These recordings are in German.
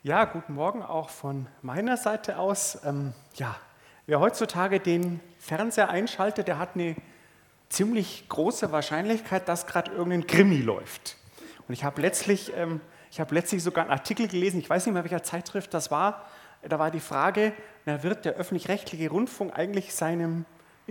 Ja, guten Morgen auch von meiner Seite aus. Wer heutzutage den Fernseher einschaltet, der hat eine ziemlich große Wahrscheinlichkeit, dass gerade irgendein Krimi läuft. Und ich habe letztlich sogar einen Artikel gelesen, ich weiß nicht mehr, welcher Zeitschrift das war, da war die Frage, wird der öffentlich-rechtliche Rundfunk eigentlich seiner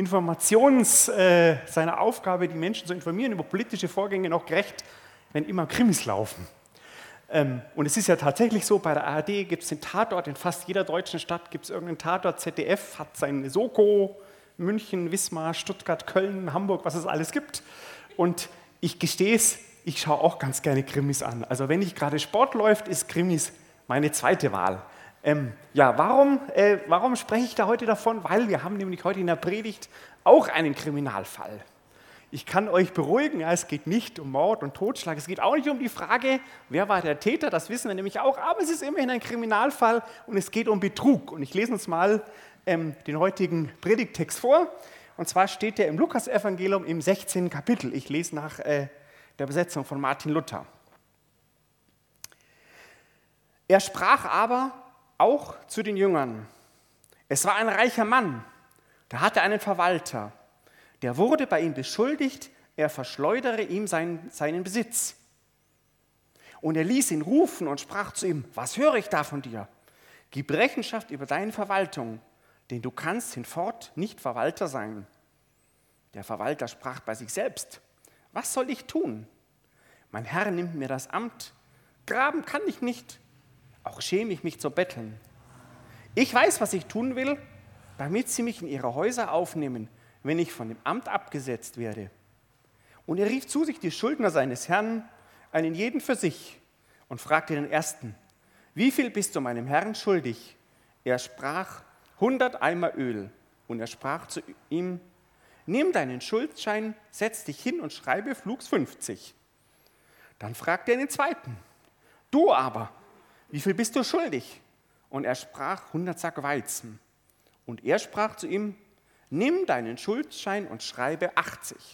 Aufgabe, die Menschen zu informieren über politische Vorgänge, noch gerecht, wenn immer Krimis laufen? Und es ist ja tatsächlich so, bei der ARD gibt es den Tatort, in fast jeder deutschen Stadt gibt es irgendeinen Tatort, ZDF hat seine Soko, München, Wismar, Stuttgart, Köln, Hamburg, was es alles gibt. Und ich gestehe es, ich schaue auch ganz gerne Krimis an. Also wenn nicht gerade Sport läuft, ist Krimis meine zweite Wahl. Warum spreche ich da heute davon? Weil wir haben nämlich heute in der Predigt auch einen Kriminalfall. Ich kann euch beruhigen, es geht nicht um Mord und Totschlag, es geht auch nicht um die Frage, wer war der Täter, das wissen wir nämlich auch, aber es ist immerhin ein Kriminalfall und es geht um Betrug. Und ich lese uns mal den heutigen Predigttext vor, und zwar steht der im Lukas-Evangelium im 16. Kapitel. Ich lese nach der Übersetzung von Martin Luther. Er sprach aber auch zu den Jüngern: Es war ein reicher Mann, der hatte einen Verwalter. Der wurde bei ihm beschuldigt, er verschleudere ihm seinen Besitz. Und er ließ ihn rufen und sprach zu ihm: Was höre ich da von dir? Gib Rechenschaft über deine Verwaltung, denn du kannst hinfort nicht Verwalter sein. Der Verwalter sprach bei sich selbst: Was soll ich tun? Mein Herr nimmt mir das Amt, graben kann ich nicht, auch schäme ich mich zu betteln. Ich weiß, was ich tun will, damit sie mich in ihre Häuser aufnehmen, wenn ich von dem Amt abgesetzt werde. Und er rief zu sich die Schuldner seines Herrn, einen jeden für sich, und fragte den ersten: Wie viel bist du meinem Herrn schuldig? Er sprach: 100 Eimer Öl. Und er sprach zu ihm: Nimm deinen Schuldschein, setz dich hin und schreibe flugs 50. Dann fragte er den zweiten: Du aber, wie viel bist du schuldig? Und er sprach: 100 Sack Weizen. Und er sprach zu ihm: Nimm deinen Schuldschein und schreibe 80.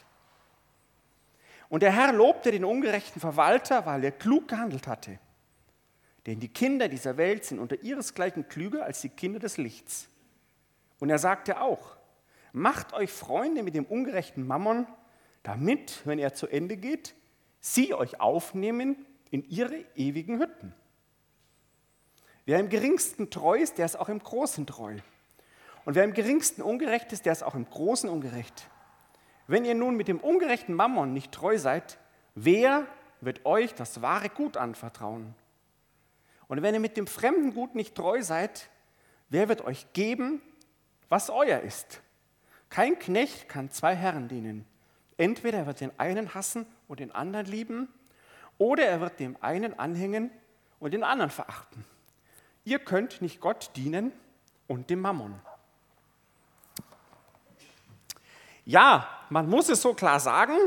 Und der Herr lobte den ungerechten Verwalter, weil er klug gehandelt hatte. Denn die Kinder dieser Welt sind unter ihresgleichen klüger als die Kinder des Lichts. Und er sagte auch: Macht euch Freunde mit dem ungerechten Mammon, damit, wenn er zu Ende geht, sie euch aufnehmen in ihre ewigen Hütten. Wer im Geringsten treu ist, der ist auch im Großen treu. Und wer im Geringsten ungerecht ist, der ist auch im Großen ungerecht. Wenn ihr nun mit dem ungerechten Mammon nicht treu seid, wer wird euch das wahre Gut anvertrauen? Und wenn ihr mit dem fremden Gut nicht treu seid, wer wird euch geben, was euer ist? Kein Knecht kann 2 Herren dienen. Entweder er wird den einen hassen und den anderen lieben, oder er wird dem einen anhängen und den anderen verachten. Ihr könnt nicht Gott dienen und dem Mammon. Ja, man muss es so klar sagen,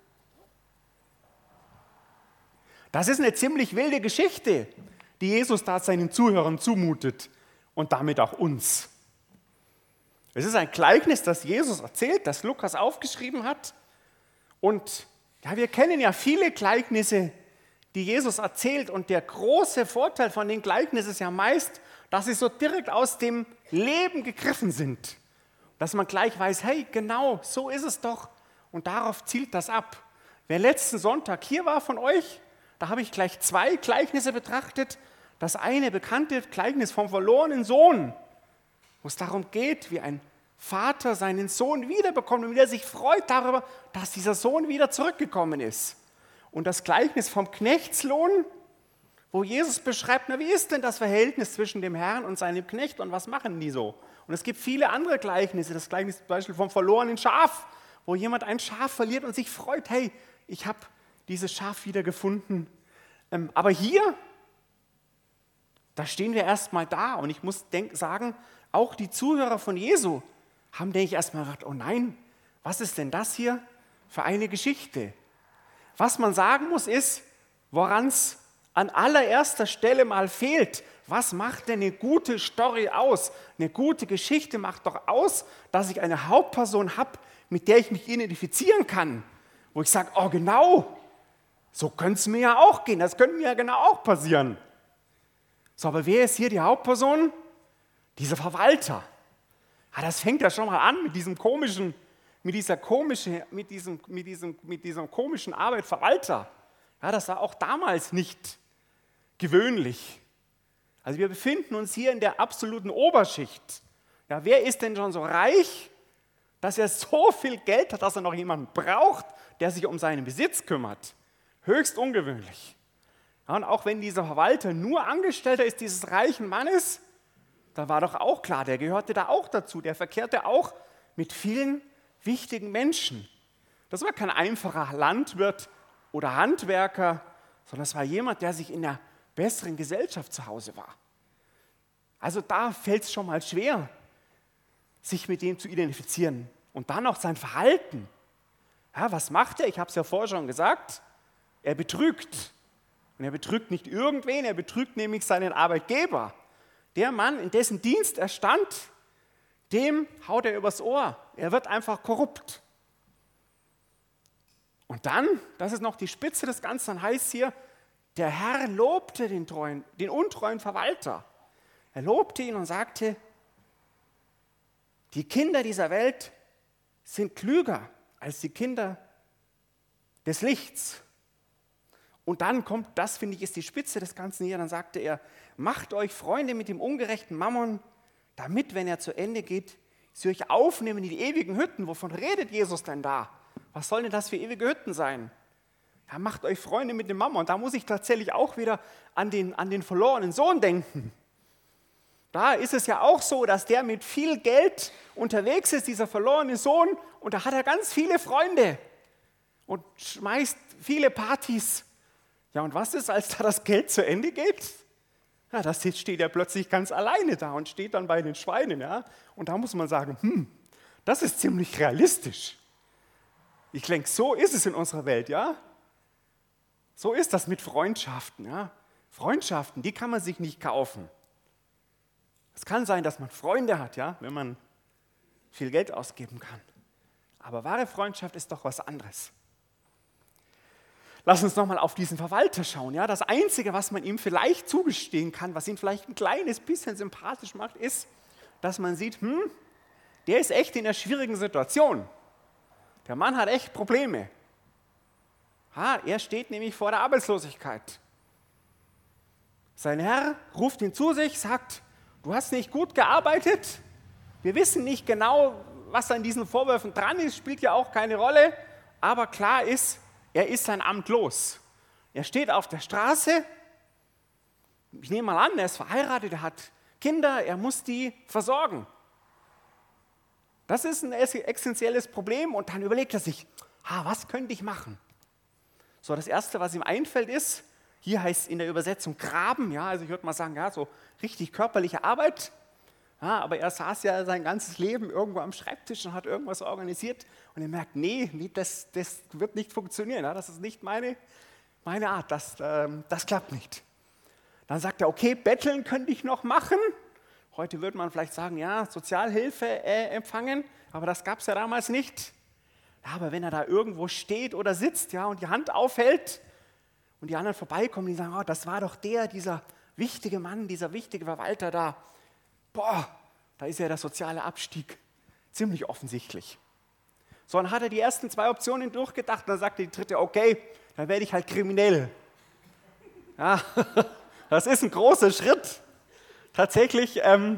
das ist eine ziemlich wilde Geschichte, die Jesus da seinen Zuhörern zumutet und damit auch uns. Es ist ein Gleichnis, das Jesus erzählt, das Lukas aufgeschrieben hat. Und ja, wir kennen ja viele Gleichnisse, die Jesus erzählt. Und der große Vorteil von den Gleichnissen ist ja meist, dass sie so direkt aus dem Leben gegriffen sind. Dass man gleich weiß, hey, genau, so ist es doch. Und darauf zielt das ab. Wer letzten Sonntag hier war von euch, da habe ich gleich 2 Gleichnisse betrachtet. Das eine bekannte Gleichnis vom verlorenen Sohn, wo es darum geht, wie ein Vater seinen Sohn wiederbekommt und wie er sich freut darüber, dass dieser Sohn wieder zurückgekommen ist. Und das Gleichnis vom Knechtslohn, wo Jesus beschreibt, wie ist denn das Verhältnis zwischen dem Herrn und seinem Knecht und was machen die so? Und es gibt viele andere Gleichnisse, das Gleichnis zum Beispiel vom verlorenen Schaf, wo jemand ein Schaf verliert und sich freut, hey, ich habe dieses Schaf wieder gefunden. Aber hier, da stehen wir erstmal da und ich muss sagen, auch die Zuhörer von Jesu haben, denke ich, erstmal gedacht, oh nein, was ist denn das hier für eine Geschichte? Was man sagen muss ist, woran es an allererster Stelle mal fehlt. Was macht denn eine gute Story aus? Eine gute Geschichte macht doch aus, dass ich eine Hauptperson habe, mit der ich mich identifizieren kann. Wo ich sage, oh genau, so könnte es mir ja auch gehen, das könnte mir ja genau auch passieren. So, aber wer ist hier die Hauptperson? Dieser Verwalter. Ja, das fängt ja schon mal an mit diesem komischen Arbeit Verwalter. Ja, das war auch damals nicht gewöhnlich. Also wir befinden uns hier in der absoluten Oberschicht. Ja, wer ist denn schon so reich, dass er so viel Geld hat, dass er noch jemanden braucht, der sich um seinen Besitz kümmert? Höchst ungewöhnlich. Ja, und auch wenn dieser Verwalter nur Angestellter ist dieses reichen Mannes, da war doch auch klar, der gehörte da auch dazu, der verkehrte auch mit vielen wichtigen Menschen. Das war kein einfacher Landwirt oder Handwerker, sondern das war jemand, der sich in der besseren Gesellschaft zu Hause war. Also da fällt es schon mal schwer, sich mit dem zu identifizieren. Und dann noch sein Verhalten. Ja, was macht er? Ich habe es ja vorher schon gesagt. Er betrügt. Und er betrügt nicht irgendwen, er betrügt nämlich seinen Arbeitgeber. Der Mann, in dessen Dienst er stand, dem haut er übers Ohr. Er wird einfach korrupt. Und dann, das ist noch die Spitze des Ganzen, dann heißt hier, der Herr lobte den untreuen Verwalter. Er lobte ihn und sagte, die Kinder dieser Welt sind klüger als die Kinder des Lichts. Und dann kommt, das finde ich ist die Spitze des Ganzen hier, dann sagte er, macht euch Freunde mit dem ungerechten Mammon, damit, wenn er zu Ende geht, sie euch aufnehmen in die ewigen Hütten. Wovon redet Jesus denn da? Was sollen denn das für ewige Hütten sein? Ja, macht euch Freunde mit dem Mammon. Da muss ich tatsächlich auch wieder an den verlorenen Sohn denken. Da ist es ja auch so, dass der mit viel Geld unterwegs ist, dieser verlorene Sohn, und da hat er ganz viele Freunde und schmeißt viele Partys. Ja, und was ist, als da das Geld zu Ende geht? Ja, da steht er plötzlich ganz alleine da und steht dann bei den Schweinen. Ja? Und da muss man sagen, das ist ziemlich realistisch. Ich denke, so ist es in unserer Welt, ja? So ist das mit Freundschaften. Ja? Freundschaften, die kann man sich nicht kaufen. Es kann sein, dass man Freunde hat, ja, wenn man viel Geld ausgeben kann. Aber wahre Freundschaft ist doch was anderes. Lass uns nochmal auf diesen Verwalter schauen. Ja? Das Einzige, was man ihm vielleicht zugestehen kann, was ihn vielleicht ein kleines bisschen sympathisch macht, ist, dass man sieht, der ist echt in einer schwierigen Situation. Der Mann hat echt Probleme. Er steht nämlich vor der Arbeitslosigkeit. Sein Herr ruft ihn zu sich, sagt, du hast nicht gut gearbeitet, wir wissen nicht genau, was an diesen Vorwürfen dran ist, spielt ja auch keine Rolle, aber klar ist, er ist sein Amt los. Er steht auf der Straße, ich nehme mal an, er ist verheiratet, er hat Kinder, er muss die versorgen. Das ist ein essentielles Problem und dann überlegt er sich, was könnte ich machen? So, das Erste, was ihm einfällt ist, hier heißt es in der Übersetzung graben, ja, also ich würde mal sagen, ja, so richtig körperliche Arbeit, ja, aber er saß ja sein ganzes Leben irgendwo am Schreibtisch und hat irgendwas organisiert und er merkt, nee, das wird nicht funktionieren, ja, das ist nicht meine Art, das klappt nicht. Dann sagt er, okay, betteln könnte ich noch machen, heute würde man vielleicht sagen, ja, Sozialhilfe empfangen, aber das gab es ja damals nicht. Ja, aber wenn er da irgendwo steht oder sitzt, ja, und die Hand aufhält und die anderen vorbeikommen, die sagen, das war doch dieser wichtige Mann, dieser wichtige Verwalter da. Da ist ja der soziale Abstieg ziemlich offensichtlich. So, dann hat er die ersten 2 Optionen durchgedacht und dann sagte die dritte, okay, dann werde ich halt kriminell. Ja, das ist ein großer Schritt, tatsächlich.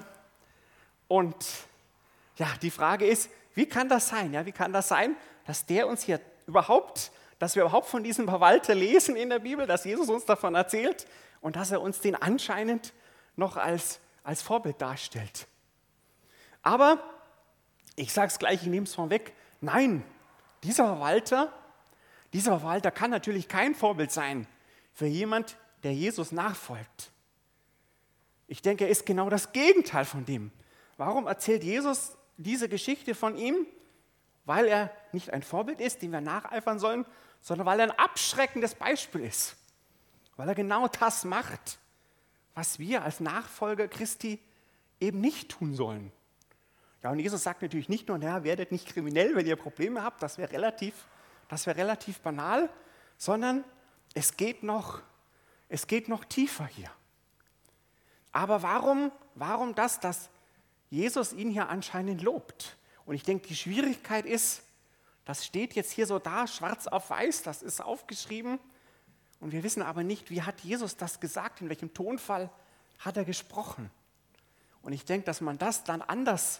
Und ja, die Frage ist, wie kann das sein? Ja, wie kann das sein, dass wir überhaupt von diesem Verwalter lesen in der Bibel, dass Jesus uns davon erzählt und dass er uns den anscheinend noch als Vorbild darstellt. Aber, ich sage es gleich, ich nehme es vorweg, nein, dieser Verwalter kann natürlich kein Vorbild sein für jemand, der Jesus nachfolgt. Ich denke, er ist genau das Gegenteil von dem. Warum erzählt Jesus diese Geschichte von ihm? Weil er nicht ein Vorbild ist, dem wir nacheifern sollen, sondern weil er ein abschreckendes Beispiel ist. Weil er genau das macht, was wir als Nachfolger Christi eben nicht tun sollen. Ja, und Jesus sagt natürlich nicht nur, werdet nicht kriminell, wenn ihr Probleme habt, das wäre relativ banal, sondern es geht noch tiefer hier. Aber warum das, dass Jesus ihn hier anscheinend lobt? Und ich denke, die Schwierigkeit ist, das steht jetzt hier so da, schwarz auf weiß, das ist aufgeschrieben. Und wir wissen aber nicht, wie hat Jesus das gesagt, in welchem Tonfall hat er gesprochen. Und ich denke, dass man das dann anders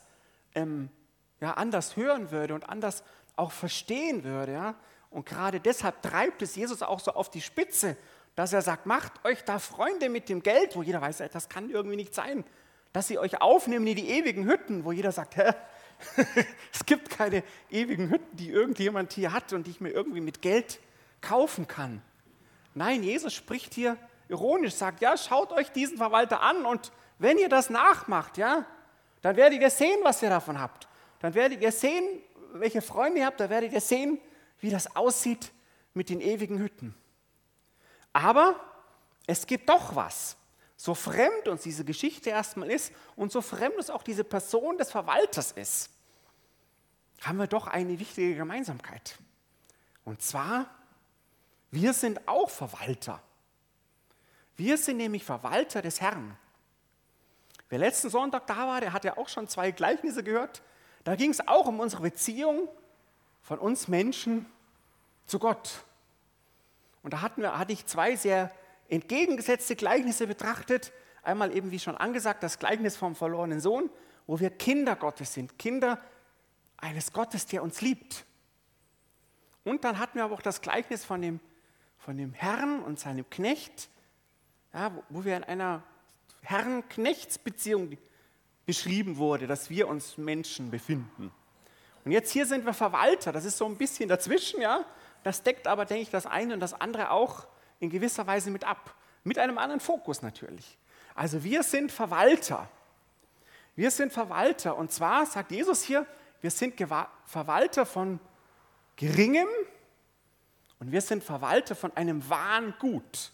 hören würde und anders auch verstehen würde. Ja? Und gerade deshalb treibt es Jesus auch so auf die Spitze, dass er sagt, macht euch da Freunde mit dem Geld, wo jeder weiß, das kann irgendwie nicht sein, dass sie euch aufnehmen in die ewigen Hütten, wo jeder sagt, es gibt keine ewigen Hütten, die irgendjemand hier hat und die ich mir irgendwie mit Geld kaufen kann. Nein, Jesus spricht hier ironisch, sagt, ja, schaut euch diesen Verwalter an und wenn ihr das nachmacht, ja, dann werdet ihr sehen, was ihr davon habt. Dann werdet ihr sehen, welche Freunde ihr habt, dann werdet ihr sehen, wie das aussieht mit den ewigen Hütten. Aber es gibt doch was. So fremd uns diese Geschichte erstmal ist und so fremd uns auch diese Person des Verwalters ist, haben wir doch eine wichtige Gemeinsamkeit. Und zwar, wir sind auch Verwalter. Wir sind nämlich Verwalter des Herrn. Wer letzten Sonntag da war, der hat ja auch schon 2 Gleichnisse gehört. Da ging es auch um unsere Beziehung von uns Menschen zu Gott. Und da hatte ich 2 sehr entgegengesetzte Gleichnisse betrachtet. Einmal eben, wie schon angesagt, das Gleichnis vom verlorenen Sohn, wo wir Kinder Gottes sind, Kinder eines Gottes, der uns liebt. Und dann hatten wir aber auch das Gleichnis von dem Herrn und seinem Knecht, ja, wo wir in einer Herrn-Knechts-Beziehung beschrieben wurde, dass wir uns Menschen befinden. Und jetzt hier sind wir Verwalter, das ist so ein bisschen dazwischen, ja. Das deckt aber, denke ich, das eine und das andere auch in gewisser Weise mit ab. Mit einem anderen Fokus natürlich. Also wir sind Verwalter. Wir sind Verwalter. Und zwar sagt Jesus hier, wir sind Verwalter von Geringem und wir sind Verwalter von einem wahren Gut.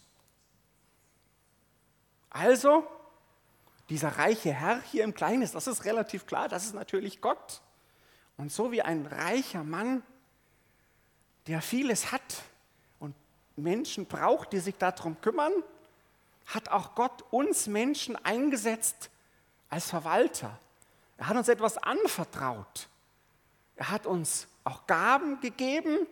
Also, dieser reiche Herr hier im Gleichnis, das ist relativ klar, das ist natürlich Gott. Und so wie ein reicher Mann, der vieles hat und Menschen braucht, die sich darum kümmern, hat auch Gott uns Menschen eingesetzt als Verwalter. Er hat uns etwas anvertraut. Er hat uns auch Gaben gegeben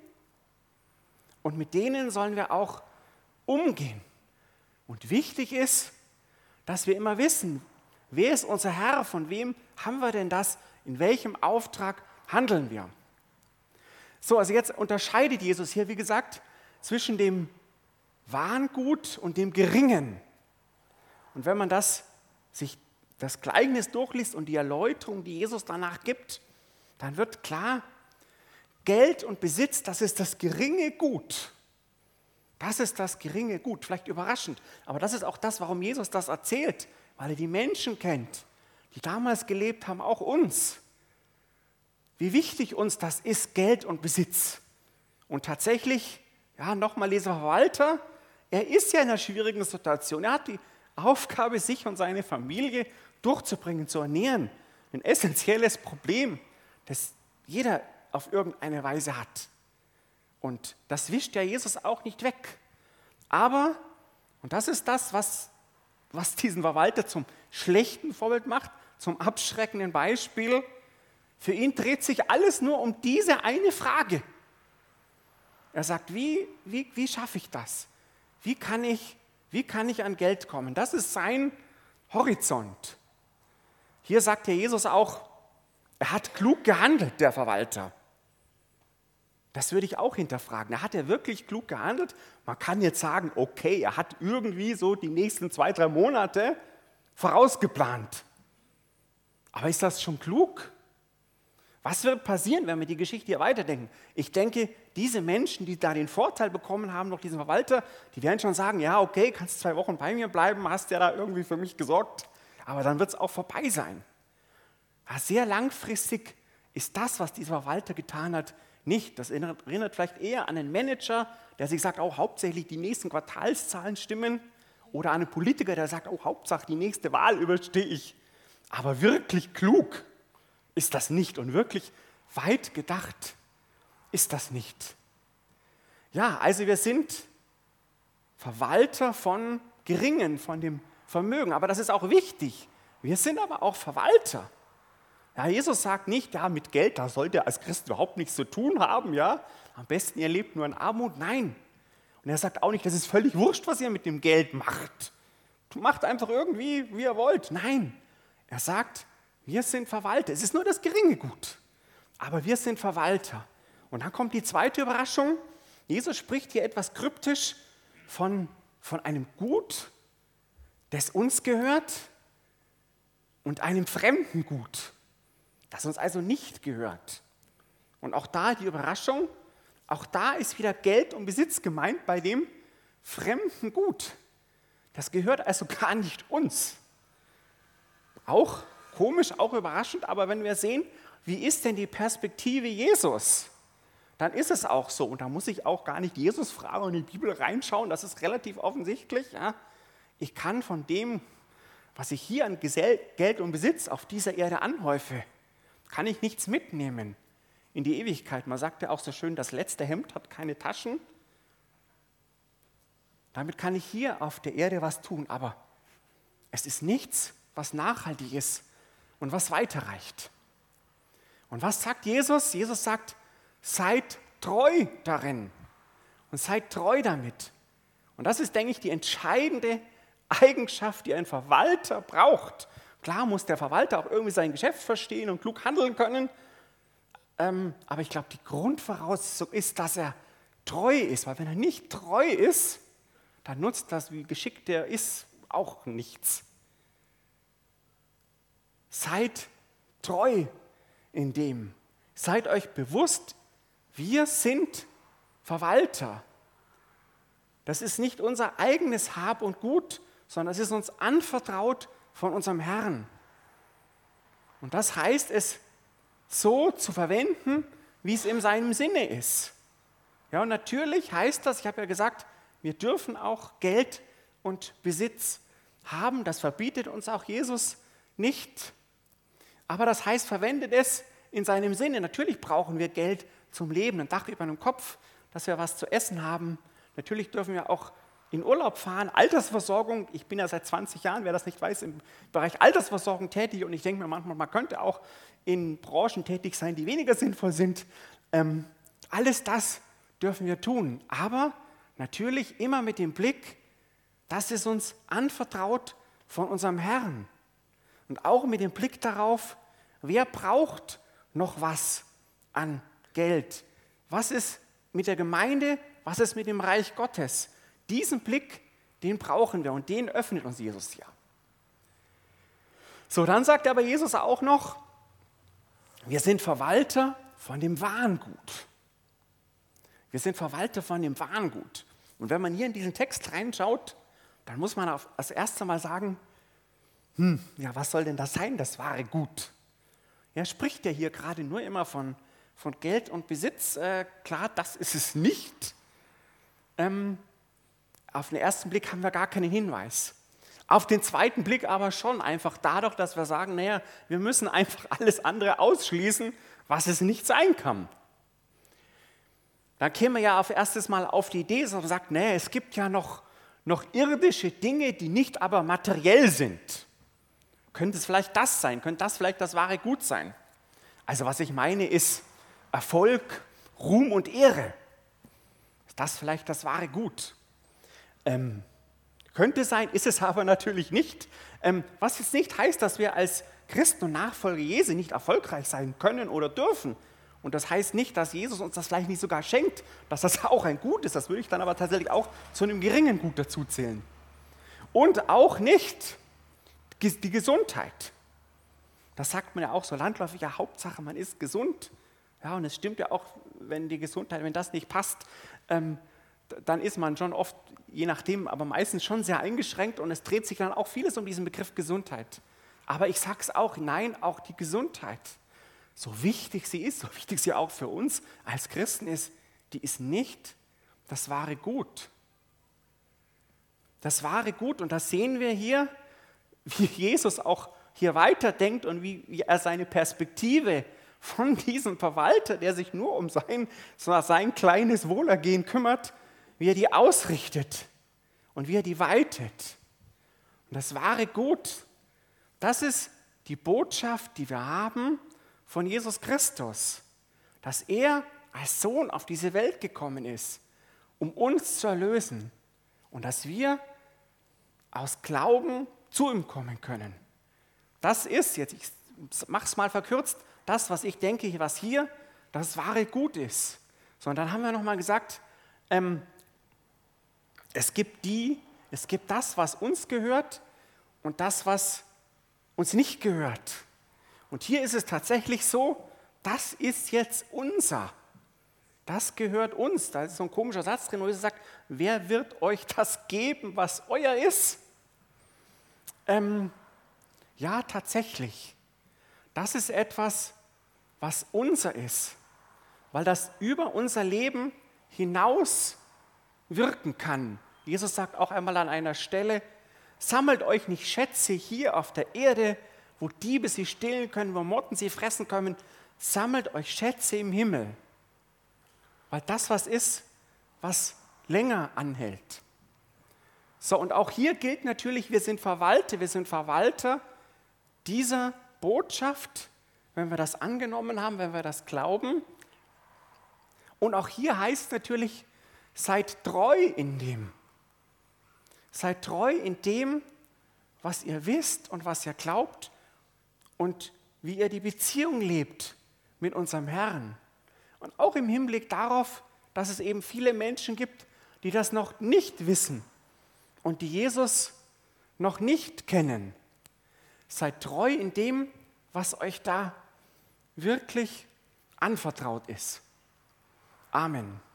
und mit denen sollen wir auch umgehen. Und wichtig ist, dass wir immer wissen, wer ist unser Herr, von wem haben wir denn das, in welchem Auftrag handeln wir. So, also jetzt unterscheidet Jesus hier, wie gesagt, zwischen dem wahren Gut und dem Geringen. Und wenn man sich das Gleichnis durchliest und die Erläuterung, die Jesus danach gibt, dann wird klar, Geld und Besitz, das ist das geringe Gut. Das ist das geringe Gut, vielleicht überraschend, aber das ist auch das, warum Jesus das erzählt, weil er die Menschen kennt, die damals gelebt haben, auch uns. Wie wichtig uns das ist, Geld und Besitz. Und tatsächlich, ja, nochmal dieser Verwalter, er ist ja in einer schwierigen Situation. Er hat die Aufgabe, sich und seine Familie durchzubringen, zu ernähren. Ein essentielles Problem, das jeder auf irgendeine Weise hat. Und das wischt ja Jesus auch nicht weg. Aber, und das ist das, was diesen Verwalter zum schlechten Vorbild macht, zum abschreckenden Beispiel, für ihn dreht sich alles nur um diese eine Frage. Er sagt, wie schaffe ich das? Wie kann ich an Geld kommen? Das ist sein Horizont. Hier sagt ja Jesus auch, er hat klug gehandelt, der Verwalter. Das würde ich auch hinterfragen. Hat er wirklich klug gehandelt? Man kann jetzt sagen, okay, er hat irgendwie so die nächsten 2-3 Monate vorausgeplant. Aber ist das schon klug? Was wird passieren, wenn wir die Geschichte hier weiterdenken? Ich denke, diese Menschen, die da den Vorteil bekommen haben, noch diesen Verwalter, die werden schon sagen, ja, okay, kannst 2 Wochen bei mir bleiben, hast ja da irgendwie für mich gesorgt, aber dann wird es auch vorbei sein. Aber sehr langfristig ist das, was dieser Verwalter getan hat, nicht. Das erinnert vielleicht eher an einen Manager, der sich sagt, auch hauptsächlich die nächsten Quartalszahlen stimmen, oder an einen Politiker, der sagt, oh, Hauptsache die nächste Wahl überstehe ich. Aber wirklich klug ist das nicht und wirklich weit gedacht ist das nicht. Ja, also wir sind Verwalter von Geringen, von dem Vermögen. Aber das ist auch wichtig. Wir sind aber auch Verwalter. Ja, Jesus sagt nicht, ja, mit Geld, da sollt ihr als Christ überhaupt nichts zu tun haben. Ja? Am besten, ihr lebt nur in Armut. Nein. Und er sagt auch nicht, das ist völlig wurscht, was ihr mit dem Geld macht. Macht einfach irgendwie, wie ihr wollt. Nein. Er sagt, wir sind Verwalter. Es ist nur das geringe Gut. Aber wir sind Verwalter. Und dann kommt die zweite Überraschung. Jesus spricht hier etwas kryptisch von einem Gut, das uns gehört, und einem fremden Gut, das uns also nicht gehört. Und auch da die Überraschung, auch da ist wieder Geld und Besitz gemeint bei dem fremden Gut. Das gehört also gar nicht uns. Auch komisch, auch überraschend, aber wenn wir sehen, wie ist denn die Perspektive Jesus, dann ist es auch so. Und da muss ich auch gar nicht Jesus fragen und in die Bibel reinschauen, das ist relativ offensichtlich. Ja. Ich kann von dem, was ich hier an Geld und Besitz auf dieser Erde anhäufe, kann ich nichts mitnehmen in die Ewigkeit. Man sagt ja auch so schön, das letzte Hemd hat keine Taschen. Damit kann ich hier auf der Erde was tun, aber es ist nichts, was nachhaltig ist und was weiterreicht. Und was sagt Jesus? Jesus sagt, seid treu darin und seid treu damit. Und das ist, denke ich, die entscheidende Eigenschaft, die ein Verwalter braucht. Klar muss der Verwalter auch irgendwie sein Geschäft verstehen und klug handeln können, aber ich glaube, die Grundvoraussetzung ist, dass er treu ist, weil wenn er nicht treu ist, dann nutzt das, wie geschickt er ist, auch nichts. Seid treu in dem. Seid euch bewusst, wir sind Verwalter. Das ist nicht unser eigenes Hab und Gut, sondern es ist uns anvertraut von unserem Herrn. Und das heißt, es so zu verwenden, wie es in seinem Sinne ist. Ja, und natürlich heißt das, ich habe ja gesagt, wir dürfen auch Geld und Besitz haben. Das verbietet uns auch Jesus nicht. Aber das heißt, verwendet es in seinem Sinne. Natürlich brauchen wir Geld zum Leben, ein Dach über dem Kopf, dass wir was zu essen haben. Natürlich dürfen wir auch in Urlaub fahren, Altersversorgung. Ich bin ja seit 20 Jahren, wer das nicht weiß, im Bereich Altersversorgung tätig und ich denke mir manchmal, man könnte auch in Branchen tätig sein, die weniger sinnvoll sind. Alles das dürfen wir tun, aber natürlich immer mit dem Blick, dass es uns anvertraut von unserem Herrn und auch mit dem Blick darauf, wer braucht noch was an Geld? Was ist mit der Gemeinde? Was ist mit dem Reich Gottes? Diesen Blick, den brauchen wir und den öffnet uns Jesus ja. So, dann sagt aber Jesus auch noch, wir sind Verwalter von dem wahren Gut. Wir sind Verwalter von dem wahren Gut. Und wenn man hier in diesen Text reinschaut, dann muss man als erstes Mal sagen, ja, was soll denn das sein, das wahre Gut? Er spricht ja hier gerade nur immer von Geld und Besitz. Klar, das ist es nicht. Auf den ersten Blick haben wir gar keinen Hinweis. Auf den zweiten Blick aber schon, einfach dadurch, dass wir sagen, naja, wir müssen einfach alles andere ausschließen, was es nicht sein kann. Dann kämen wir ja auf erstes Mal auf die Idee, dass man sagt, naja, es gibt ja noch irdische Dinge, die nicht aber materiell sind. Könnte es vielleicht das sein? Könnte das vielleicht das wahre Gut sein? Also was ich meine ist Erfolg, Ruhm und Ehre. Ist das vielleicht das wahre Gut? Könnte sein, ist es aber natürlich nicht. Was jetzt nicht heißt, dass wir als Christen und Nachfolger Jesu nicht erfolgreich sein können oder dürfen. Und das heißt nicht, dass Jesus uns das vielleicht nicht sogar schenkt, dass das auch ein Gut ist. Das würde ich dann aber tatsächlich auch zu einem geringen Gut dazu zählen. Und auch nicht die Gesundheit. Das sagt man ja auch so landläufig, ja, Hauptsache man ist gesund. Ja, und es stimmt ja auch, wenn die Gesundheit, wenn das nicht passt, dann ist man schon oft, je nachdem, aber meistens schon sehr eingeschränkt und es dreht sich dann auch vieles um diesen Begriff Gesundheit. Aber ich sage es auch, nein, auch die Gesundheit, so wichtig sie ist, so wichtig sie auch für uns als Christen ist, die ist nicht das wahre Gut. Das wahre Gut, und das sehen wir hier, wie Jesus auch hier weiterdenkt und wie er seine Perspektive von diesem Verwalter, der sich nur um sein kleines Wohlergehen kümmert, wie er die ausrichtet und wie er die weitet. Und das wahre Gut, das ist die Botschaft, die wir haben von Jesus Christus, dass er als Sohn auf diese Welt gekommen ist, um uns zu erlösen und dass wir aus Glauben zu ihm kommen können. Das ist jetzt, ich mache es mal verkürzt, das, was ich denke, was hier das wahre Gut ist. So, und dann haben wir nochmal gesagt, es gibt das, was uns gehört und das, was uns nicht gehört. Und hier ist es tatsächlich so, das ist jetzt unser. Das gehört uns. Da ist so ein komischer Satz drin, wo Jesus sagt, wer wird euch das geben, was euer ist? Ja, tatsächlich. Das ist etwas, was unser ist, weil das über unser Leben hinaus wirken kann. Jesus sagt auch einmal an einer Stelle, sammelt euch nicht Schätze hier auf der Erde, wo Diebe sie stehlen können, wo Motten sie fressen können, sammelt euch Schätze im Himmel. Weil das was ist, was länger anhält. So, und auch hier gilt natürlich, wir sind Verwalter dieser Botschaft, wenn wir das angenommen haben, wenn wir das glauben. Und auch hier heißt natürlich, seid treu in dem. Seid treu in dem, was ihr wisst und was ihr glaubt und wie ihr die Beziehung lebt mit unserem Herrn. Und auch im Hinblick darauf, dass es eben viele Menschen gibt, die das noch nicht wissen und die Jesus noch nicht kennen. Seid treu in dem, was euch da wirklich anvertraut ist. Amen.